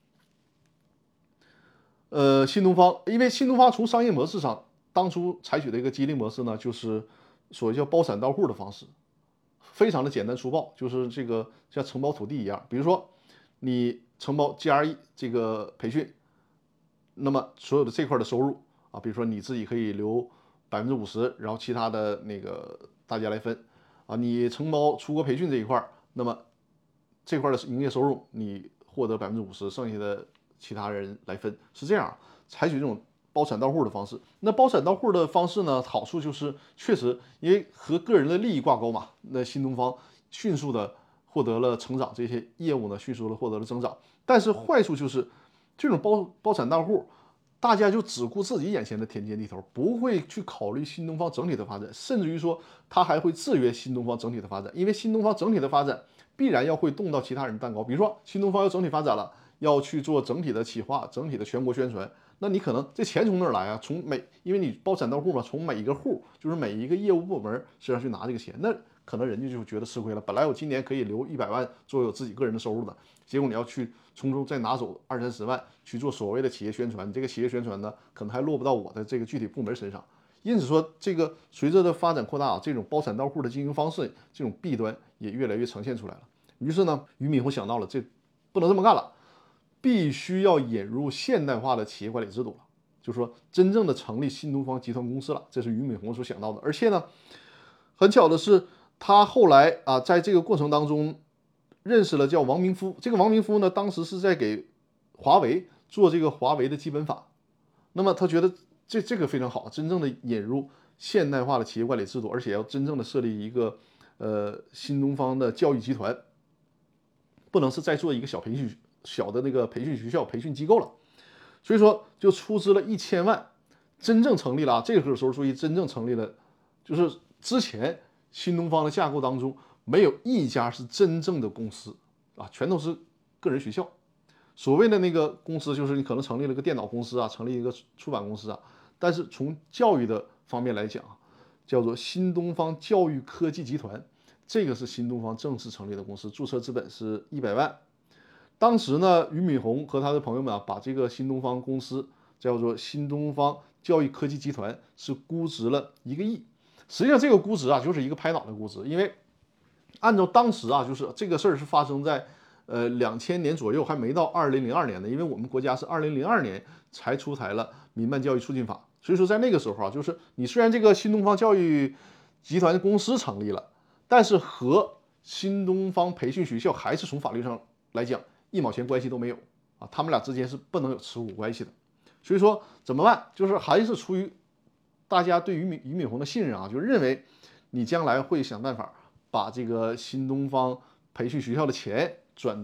呃，新东方，因为新东方从商业模式上，当初采取的一个激励模式呢，就是所谓叫包产到户的方式，非常的简单粗暴，就是这个像承包土地一样。比如说，你承包 G R E 这个培训，那么所有的这块的收入啊，比如说你自己可以留百分之五十，然后其他的那个大家来分啊。你承包出国培训这一块，那么这块的营业收入你获得百分之五十，剩下的其他人来分，是这样，采取这种包产到户的方式。那包产到户的方式呢，好处就是确实因为和个人的利益挂钩嘛，那新东方迅速的获得了成长，这些业务呢迅速的获得了增长。但是坏处就是这种包包产到户，大家就只顾自己眼前的田间地头，不会去考虑新东方整体的发展，甚至于说他还会制约新东方整体的发展，因为新东方整体的发展必然要会动到其他人的蛋糕。比如说新东方要整体发展了，要去做整体的企划、整体的全国宣传，那你可能这钱从哪儿来啊？从每因为你包产到户嘛，从每一个户就是每一个业务部门身上去拿这个钱，那可能人家就觉得吃亏了。本来我今年可以留一百万作为我自己个人的收入的，结果你要去从中再拿走二三十万去做所谓的企业宣传，你这个企业宣传呢，可能还落不到我的这个具体部门身上。因此说，这个随着的发展扩大啊，这种包产到户的经营方式，这种弊端也越来越呈现出来了。于是呢，俞敏洪想到了，这不能这么干了，必须要引入现代化的企业管理制度了，就是说真正的成立新东方集团公司了，这是俞敏洪所想到的。而且呢，很巧的是，他后来啊，在这个过程当中认识了叫王明夫。这个王明夫呢，当时是在给华为做这个华为的基本法。那么他觉得这这个非常好，真正的引入现代化的企业管理制度，而且要真正的设立一个呃新东方的教育集团，不能是再做一个小培训小的那个培训学校、培训机构了。所以说就出资了一千万，真正成立了啊。这个时候注意，真正成立了，就是之前新东方的架构当中没有一家是真正的公司啊，全都是个人学校。所谓的那个公司，就是你可能成立了个电脑公司啊，成立一个出版公司啊，但是从教育的方面来讲，叫做新东方教育科技集团，这个是新东方正式成立的公司，注册资本是一百万。当时呢，俞敏洪和他的朋友们啊，把这个新东方公司叫做新东方教育科技集团，是估值了一个亿。实际上，这个估值啊，就是一个拍脑的估值，因为按照当时啊，就是这个事儿是发生在呃两千年左右，还没到二零零二年呢，因为我们国家是二零零二年才出台了民办教育促进法，所以说在那个时候啊，就是你虽然这个新东方教育集团公司成立了，但是和新东方培训学校还是从法律上来讲一毛钱关系都没有啊，他们俩之间是不能有持股关系的。所以说怎么办？就是还是出于大家对于俞俞敏洪的信任啊，就认为你将来会想办法把这个新东方培训学校的钱转到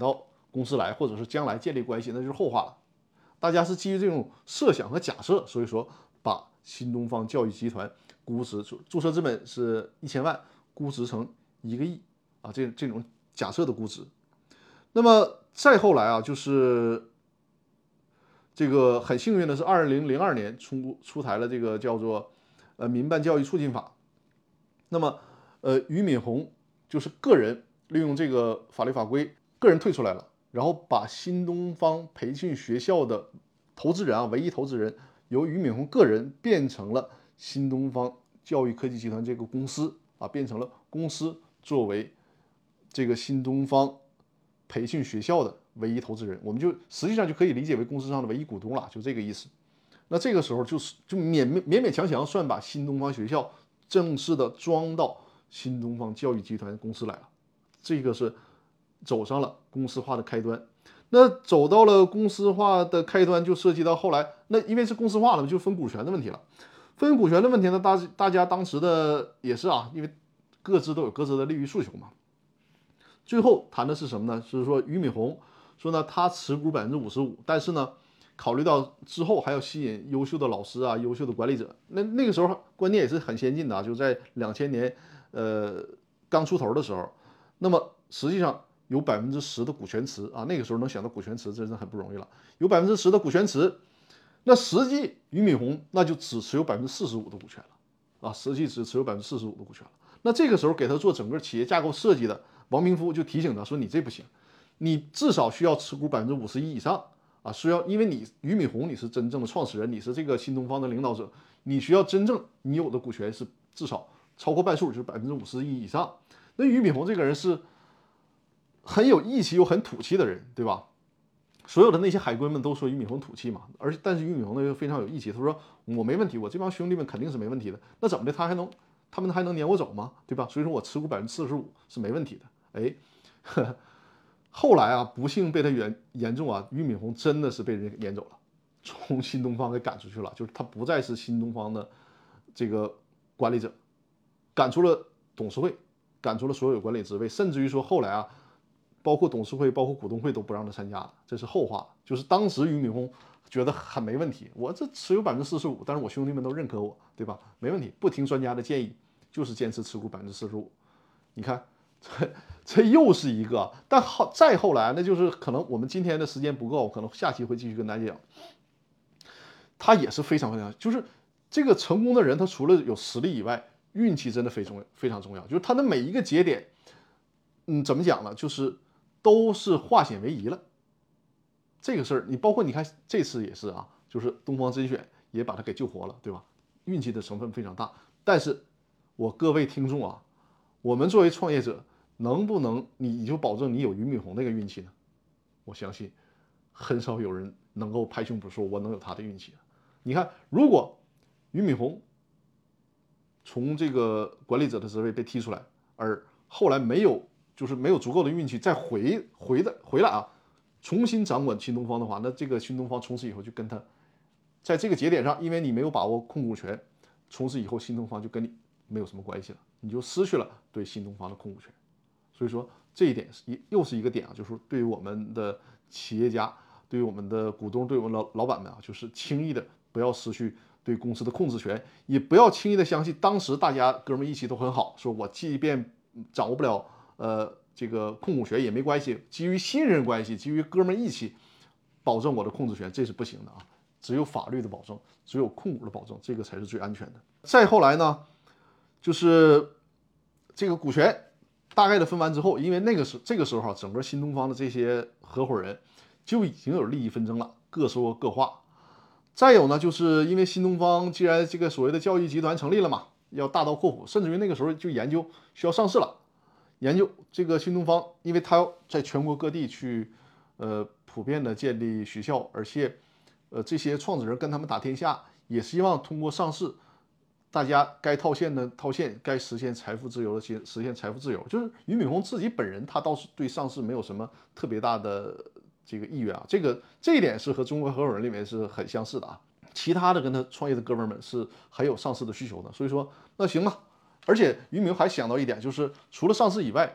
公司来，或者是将来建立关系，那就是后话了。大家是基于这种设想和假设，所以说把新东方教育集团估值注册资本是一千万，估值成一个亿啊，这这种假设的估值。那么再后来啊，就是这个很幸运的是，二零零二年出出台了这个叫做呃民办教育促进法。那么呃俞敏洪就是个人利用这个法律法规，个人退出来了，然后把新东方培训学校的投资人啊，唯一投资人由俞敏洪个人变成了新东方教育科技集团这个公司啊，变成了公司作为这个新东方培训学校的唯一投资人，我们就实际上就可以理解为公司上的唯一股东了，就这个意思。那这个时候就是就勉勉勉勉强强算把新东方学校正式的装到新东方教育集团公司来了，这个是走上了公司化的开端。那走到了公司化的开端，就涉及到后来，那因为是公司化了，就分股权的问题了。分股权的问题呢，大大家当时的也是啊，因为各自都有各自的利益诉求嘛。最后谈的是什么呢？是说俞敏洪说呢，他持股百分之五十五，但是呢，考虑到之后还要吸引优秀的老师啊、优秀的管理者，那那个时候观念也是很先进的啊，就在两千年呃刚出头的时候，那么实际上有百分之十的股权池啊，那个时候能想到股权池真是很不容易了，有百分之十的股权池，那实际俞敏洪那就只持有百分之四十五的股权了啊，实际只持有百分之四十五的股权了。那这个时候给他做整个企业架构设计的王明夫就提醒他说：“你这不行，你至少需要持股百分之五十一以上啊，需要，因为你俞敏洪你是真正的创始人，你是这个新东方的领导者，你需要真正你有的股权是至少超过半数，就是百分之五十一以上。那俞敏洪这个人是很有义气又很土气的人，对吧？所有的那些海归们都说俞敏洪土气嘛，而但是俞敏洪呢又非常有义气，他说我没问题，我这帮兄弟们肯定是没问题的，那怎么的他还能他们还能撵我走吗？对吧？所以说我持股百分之四十五是没问题的。哎，呵呵后来啊，不幸被他严严重啊，俞敏洪真的是被人撵走了，从新东方给赶出去了，就是他不再是新东方的这个管理者，赶出了董事会，赶出了所有管理职位，甚至于说后来啊，包括董事会、包括股东会都不让他参加了，这是后话。就是当时俞敏洪觉得很没问题，我这持有百分之四十五，但是我兄弟们都认可我，对吧？没问题，不听专家的建议，就是坚持持股百分之四十五。你看，这这又是一个，但好再后来，那就是可能我们今天的时间不够，可能下期会继续跟大家讲。他也是非常非常，就是这个成功的人，他除了有实力以外，运气真的非重非常重要。就是他的每一个节点，嗯，怎么讲呢？就是都是化险为夷了。这个事儿，你包括你看这次也是啊，就是东方甄选也把他给救活了，对吧？运气的成分非常大。但是我各位听众啊，我们作为创业者，能不能你就保证你有俞敏洪那个运气呢？我相信很少有人能够拍胸脯说我能有他的运气。你看，如果俞敏洪从这个管理者的职位被踢出来，而后来没有就是没有足够的运气再回回的回来啊，重新掌管新东方的话，那这个新东方从此以后就跟他在这个节点上，因为你没有把握控股权，从此以后新东方就跟你没有什么关系了，你就失去了对新东方的控股权。所以说这一点是又是一个点啊，就是对于我们的企业家，对于我们的股东，对我们老老板们啊，就是轻易的不要失去对公司的控制权，也不要轻易的相信当时大家哥们义气都很好，说我即便掌握不了呃这个控股权也没关系，基于信任关系，基于哥们义气，保证我的控制权，这是不行的啊！只有法律的保证，只有控股的保证，这个才是最安全的。再后来呢，就是这个股权大概的分完之后，因为那个时这个时候啊，整个新东方的这些合伙人就已经有利益纷争了，各说各话。再有呢，就是因为新东方既然这个所谓的教育集团成立了嘛，要大刀阔斧，甚至于那个时候就研究需要上市了。研究这个新东方，因为他要在全国各地去，呃，普遍的建立学校，而且，呃，这些创始人跟他们打天下，也希望通过上市，大家该套现的套现，该实现财富自由的实实现财富自由。就是俞敏洪自己本人，他倒是对上市没有什么特别大的这个意愿啊，这个这一点是和中国合伙人里面是很相似的啊。其他的跟他创业的哥们们是很有上市的需求的，所以说那行吧。而且俞敏洪还想到一点，就是除了上市以外，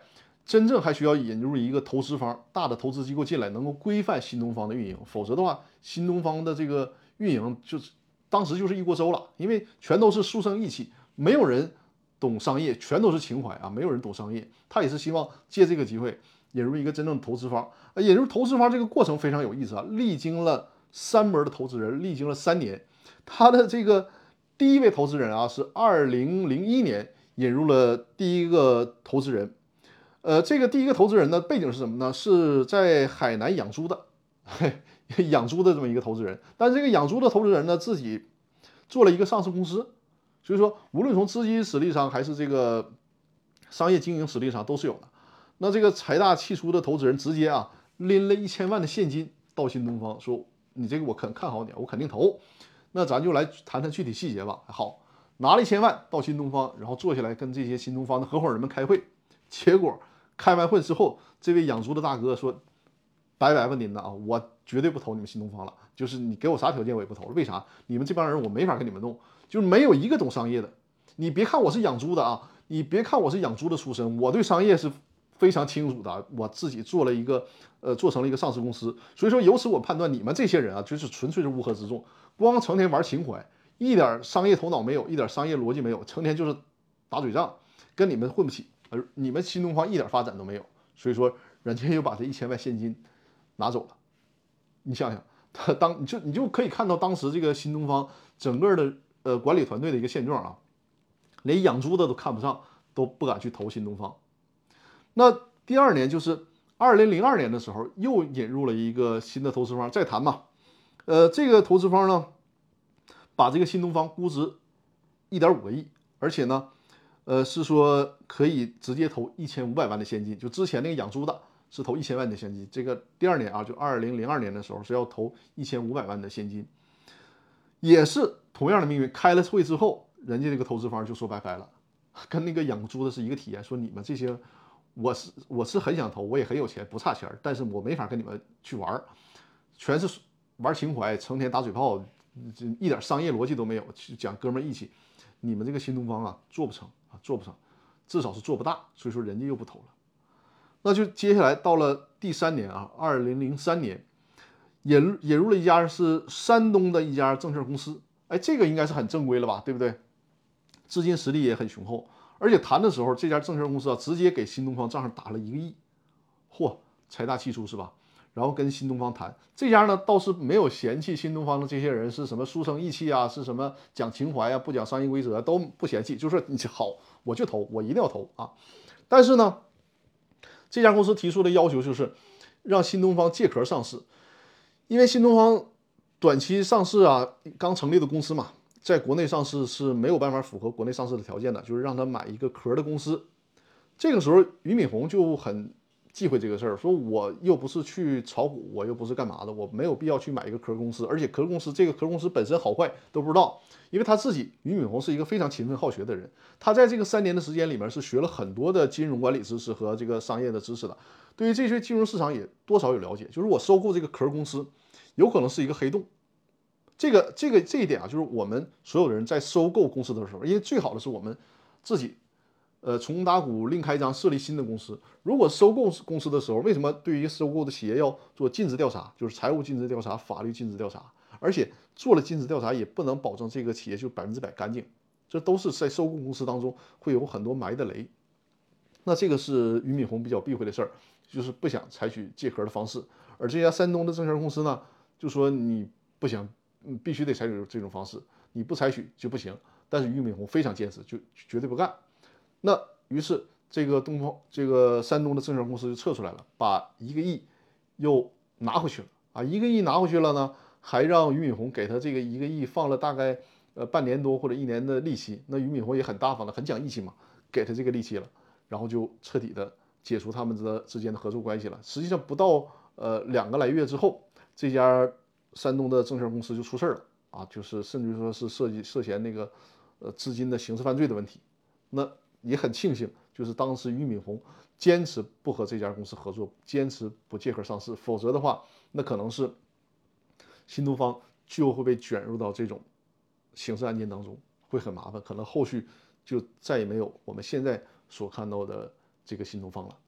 真正还需要引入一个投资方，大的投资机构进来，能够规范新东方的运营，否则的话，新东方的这个运营就是当时就是一锅粥了，因为全都是书生意气，没有人懂商业，全都是情怀啊，没有人懂商业。他也是希望借这个机会引入一个真正的投资方。引入投资方这个过程非常有意思啊，历经了三波的投资人，历经了三年，他的这个第一位投资人啊是二零零一年引入了第一个投资人。呃，这个第一个投资人呢，背景是什么呢？是在海南养猪的，嘿，养猪的这么一个投资人。但是这个养猪的投资人呢，自己做了一个上市公司，所以说无论从资金实力上还是这个商业经营实力上都是有的。那这个财大气粗的投资人直接啊拎了一千万的现金到新东方，说你这个我肯看好你，我肯定投。那咱就来谈谈具体细节吧。好，拿了一千万到新东方，然后坐下来跟这些新东方的合伙人们开会，结果。开完会之后，这位养猪的大哥说：“拜拜吧您的啊，我绝对不投你们新东方了。就是你给我啥条件我也不投了。为啥？你们这帮人我没法跟你们弄，就是没有一个懂商业的。你别看我是养猪的啊，你别看我是养猪的出身，我对商业是非常清楚的。我自己做了一个呃，做成了一个上市公司。所以说，由此我判断你们这些人啊，就是纯粹是乌合之众，光成天玩情怀，一点商业头脑没有，一点商业逻辑没有，成天就是打嘴仗，跟你们混不起。”而你们新东方一点发展都没有，所以说人家又把这一千万现金拿走了。你想想，他当你就你就可以看到当时这个新东方整个的呃管理团队的一个现状啊，连养猪的都看不上，都不敢去投新东方。那第二年就是二零零二年的时候，又引入了一个新的投资方，再谈嘛。呃，这个投资方呢，把这个新东方估值一点五个亿，而且呢。呃，是说可以直接投一千五百万的现金，就之前那个养猪的是投一千万的现金，这个第二年啊，就二零零二年的时候是要投一千五百万的现金，也是同样的命运。开了会之后，人家这个投资方就说拜拜了，跟那个养猪的是一个体验，说你们这些，我是我是很想投，我也很有钱，不差钱，但是我没法跟你们去玩，全是玩情怀，成天打嘴炮，一点商业逻辑都没有，去讲哥们义气，你们这个新东方啊，做不成。做不成，至少是做不大，所以说人家又不投了。那就接下来到了第三年啊，二零零三年，引引入了一家是山东的一家证券公司，哎，这个应该是很正规了吧，对不对？资金实力也很雄厚，而且谈的时候，这家证券公司啊，直接给新东方账上打了一个亿，嚯，财大气粗是吧？然后跟新东方谈，这家呢倒是没有嫌弃新东方的这些人是什么书生意气啊，是什么讲情怀啊，不讲商业规则都不嫌弃，就说你好，我就投，我一定要投啊。但是呢，这家公司提出的要求就是让新东方借壳上市，因为新东方短期上市啊，刚成立的公司嘛，在国内上市是没有办法符合国内上市的条件的，就是让他买一个壳的公司。这个时候，俞敏洪就很忌讳这个事儿，说我又不是去炒股，我又不是干嘛的，我没有必要去买一个壳公司，而且壳公司这个壳公司本身好坏都不知道，因为他自己俞敏洪是一个非常勤奋好学的人，他在这个三年的时间里面是学了很多的金融管理知识和这个商业的知识的，对于这些金融市场也多少有了解，就是我收购这个壳公司，有可能是一个黑洞。这个这个这一点啊，就是我们所有人在收购公司的时候，因为最好的是我们自己。呃，重打鼓另开张，设立新的公司。如果收购公司的时候，为什么对于收购的企业要做尽职调查？就是财务尽职调查、法律尽职调查，而且做了尽职调查也不能保证这个企业就百分之百干净，这都是在收购公司当中会有很多埋的雷。那这个是俞敏洪比较避讳的事儿，就是不想采取借壳的方式。而这家山东的证券公司呢，就说你不行，嗯，必须得采取这种方式，你不采取就不行。但是俞敏洪非常坚持，就绝对不干。那于是这个东方这个山东的证券公司就撤出来了，把一个亿又拿回去了啊！一个亿拿回去了呢，还让俞敏洪给他这个一个亿放了大概呃半年多或者一年的利息。那俞敏洪也很大方的，很讲义气嘛，给他这个利息了，然后就彻底的解除他们的之间的合作关系了。实际上不到呃两个来月之后，这家山东的证券公司就出事了啊，就是甚至说是涉及涉嫌那个呃资金的刑事犯罪的问题。那也很庆幸，就是当时俞敏洪坚持不和这家公司合作，坚持不借壳上市，否则的话，那可能是新东方就会被卷入到这种刑事案件当中，会很麻烦，可能后续就再也没有我们现在所看到的这个新东方了。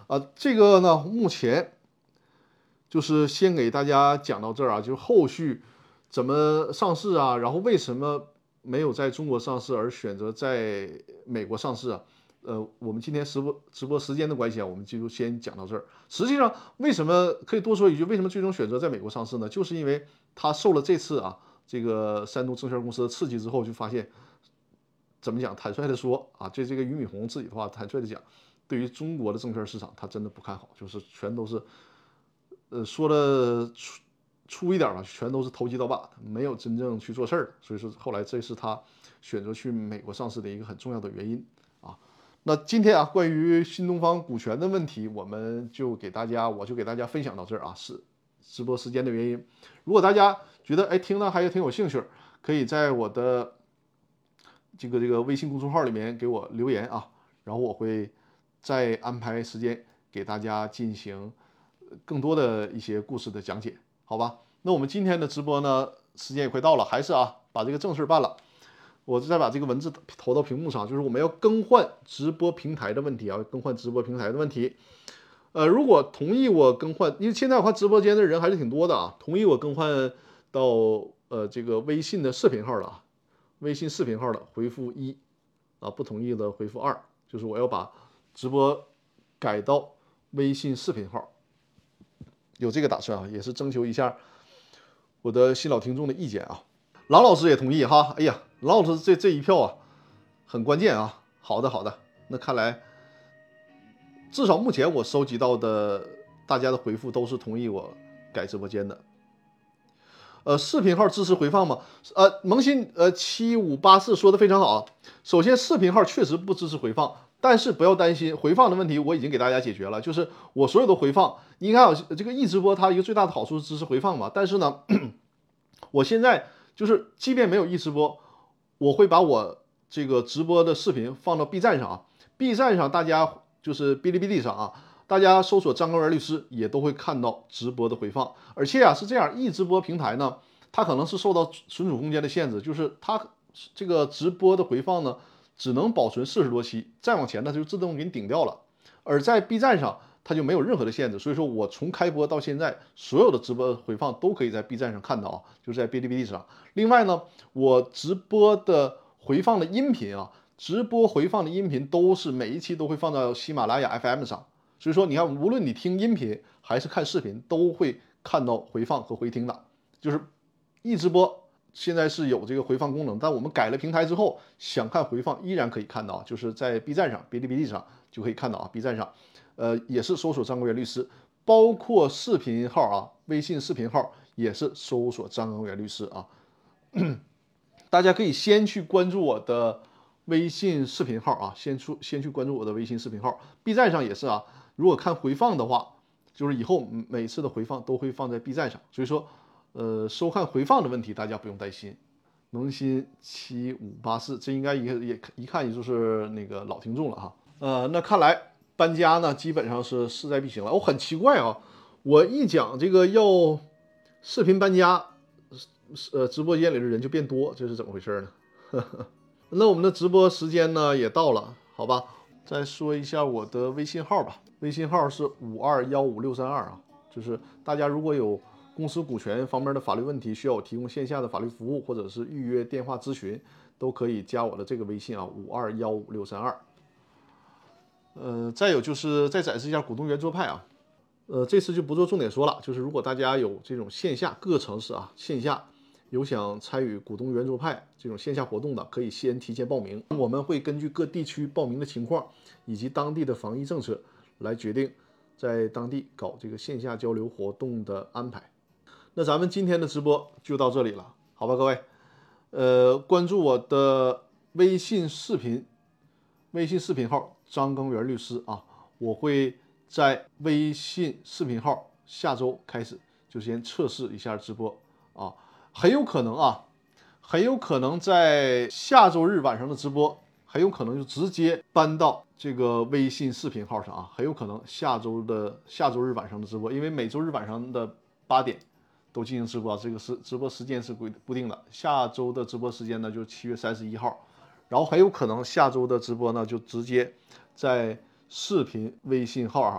啊，这个呢，目前就是先给大家讲到这儿啊，就后续怎么上市啊，然后为什么没有在中国上市而选择在美国上市啊？呃，我们今天直播直播时间的关系啊，我们就先讲到这儿。实际上，为什么可以多说一句，为什么最终选择在美国上市呢？就是因为它受了这次啊这个山东证券公司的刺激之后，就发现怎么讲？坦率的说啊，这这个俞敏洪自己的话，坦率的讲，对于中国的证券市场，他真的不看好，就是全都是，呃，说的粗粗一点吧，全都是投机倒把的，没有真正去做事儿的。所以说，后来这是他选择去美国上市的一个很重要的原因啊。那今天啊，关于新东方股权的问题，我们就给大家，我就给大家分享到这儿啊，是直播时间的原因。如果大家觉得哎听了还挺有兴趣，可以在我的这个这个微信公众号里面给我留言啊，然后我会再安排时间给大家进行更多的一些故事的讲解，好吧？那我们今天的直播呢，时间也快到了，还是啊，把这个正事办了。我再把这个文字投到屏幕上，就是我们要更换直播平台的问题啊，更换直播平台的问题。呃，如果同意我更换，因为现在我看直播间的人还是挺多的啊，同意我更换到呃这个微信的视频号的啊，微信视频号的回复一啊，不同意的回复二，就是我要把直播改到微信视频号，有这个打算啊，也是征求一下我的新老听众的意见啊。郎老师也同意哈，哎呀，郎老师这这一票啊，很关键啊。好的好的，那看来至少目前我收集到的大家的回复都是同意我改直播间的。呃，视频号支持回放吗？呃，萌新呃七五八四说的非常好。首先，视频号确实不支持回放，但是不要担心回放的问题，我已经给大家解决了。就是我所有的回放，你看啊，这个易直播它一个最大的好处是支持回放嘛，但是呢，我现在就是即便没有易直播，我会把我这个直播的视频放到 B 站上啊 ，B 站上大家就是哔哩哔哩上啊。大家搜索张高原律师也都会看到直播的回放，而且啊是这样，易直播平台呢，它可能是受到存储空间的限制，就是它这个直播的回放呢只能保存四十多期，再往前呢它就自动给你顶掉了。而在 B 站上它就没有任何的限制，所以说我从开播到现在所有的直播回放都可以在 B 站上看到啊，就是在哔哩哔哩上。另外呢，我直播的回放的音频啊，直播回放的音频都是每一期都会放到喜马拉雅 F M 上。所以说，你看，无论你听音频还是看视频，都会看到回放和回听的。就是易直播现在是有这个回放功能，但我们改了平台之后，想看回放依然可以看到，就是在 B 站上、哔哩哔哩上就可以看到啊。B 站上，呃，也是搜索张高原律师，包括视频号啊，微信视频号也是搜索张高原律师啊。大家可以先去关注我的微信视频号啊，先出先去关注我的微信视频号。B 站上也是啊。如果看回放的话，就是以后每次的回放都会放在 B 站上，所以说，呃，收看回放的问题大家不用担心。萌新七五八四，这应该也也一看也就是那个老听众了哈。呃，那看来搬家呢，基本上是势在必行了。我、哦、很奇怪啊，我一讲这个要视频搬家，呃，直播间里的人就变多，这是怎么回事呢？那我们的直播时间呢也到了，好吧？再说一下我的微信号吧。微信号是五二幺五六三二啊，就是大家如果有公司股权方面的法律问题，需要我提供线下的法律服务，或者是预约电话咨询，都可以加我的这个微信啊，五二幺五六三二。呃，再有就是再展示一下股东圆桌派啊，呃，这次就不做重点说了，就是如果大家有这种线下各城市啊线下有想参与股东圆桌派这种线下活动的，可以先提前报名，我们会根据各地区报名的情况以及当地的防疫政策。来决定在当地搞这个线下交流活动的安排。那咱们今天的直播就到这里了，好吧，各位，呃，关注我的微信视频，微信视频号张根源律师啊，我会在微信视频号下周开始就先测试一下直播啊，很有可能啊，很有可能在下周日晚上的直播。很有可能就直接搬到这个微信视频号上啊，很有可能下周的下周日晚上的直播，因为每周日晚上的八点都进行直播，这个是直播时间是规固定的。下周的直播时间呢，就七月三十一号，然后很有可能下周的直播呢，就直接在视频微信号啊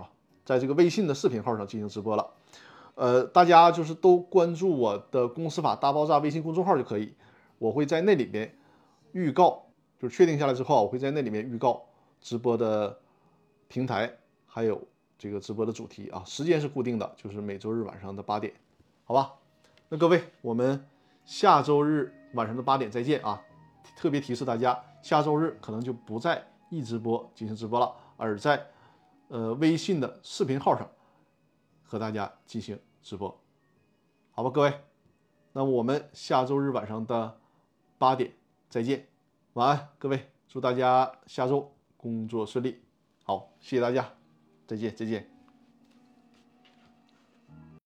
在这个微信的视频号上进行直播了。呃，大家就是都关注我的公司法大爆炸微信公众号就可以，我会在那里面预告，就是确定下来之后，我会在那里面预告直播的平台，还有这个直播的主题啊，时间是固定的，就是每周日晚上的八点，好吧？那各位，我们下周日晚上的八点再见啊！特别提示大家，下周日可能就不在易直播进行直播了，而在呃微信的视频号上和大家进行直播，好吧，各位，那我们下周日晚上的八点再见，晚安，各位，祝大家下周工作顺利，好，谢谢大家，再见，再见。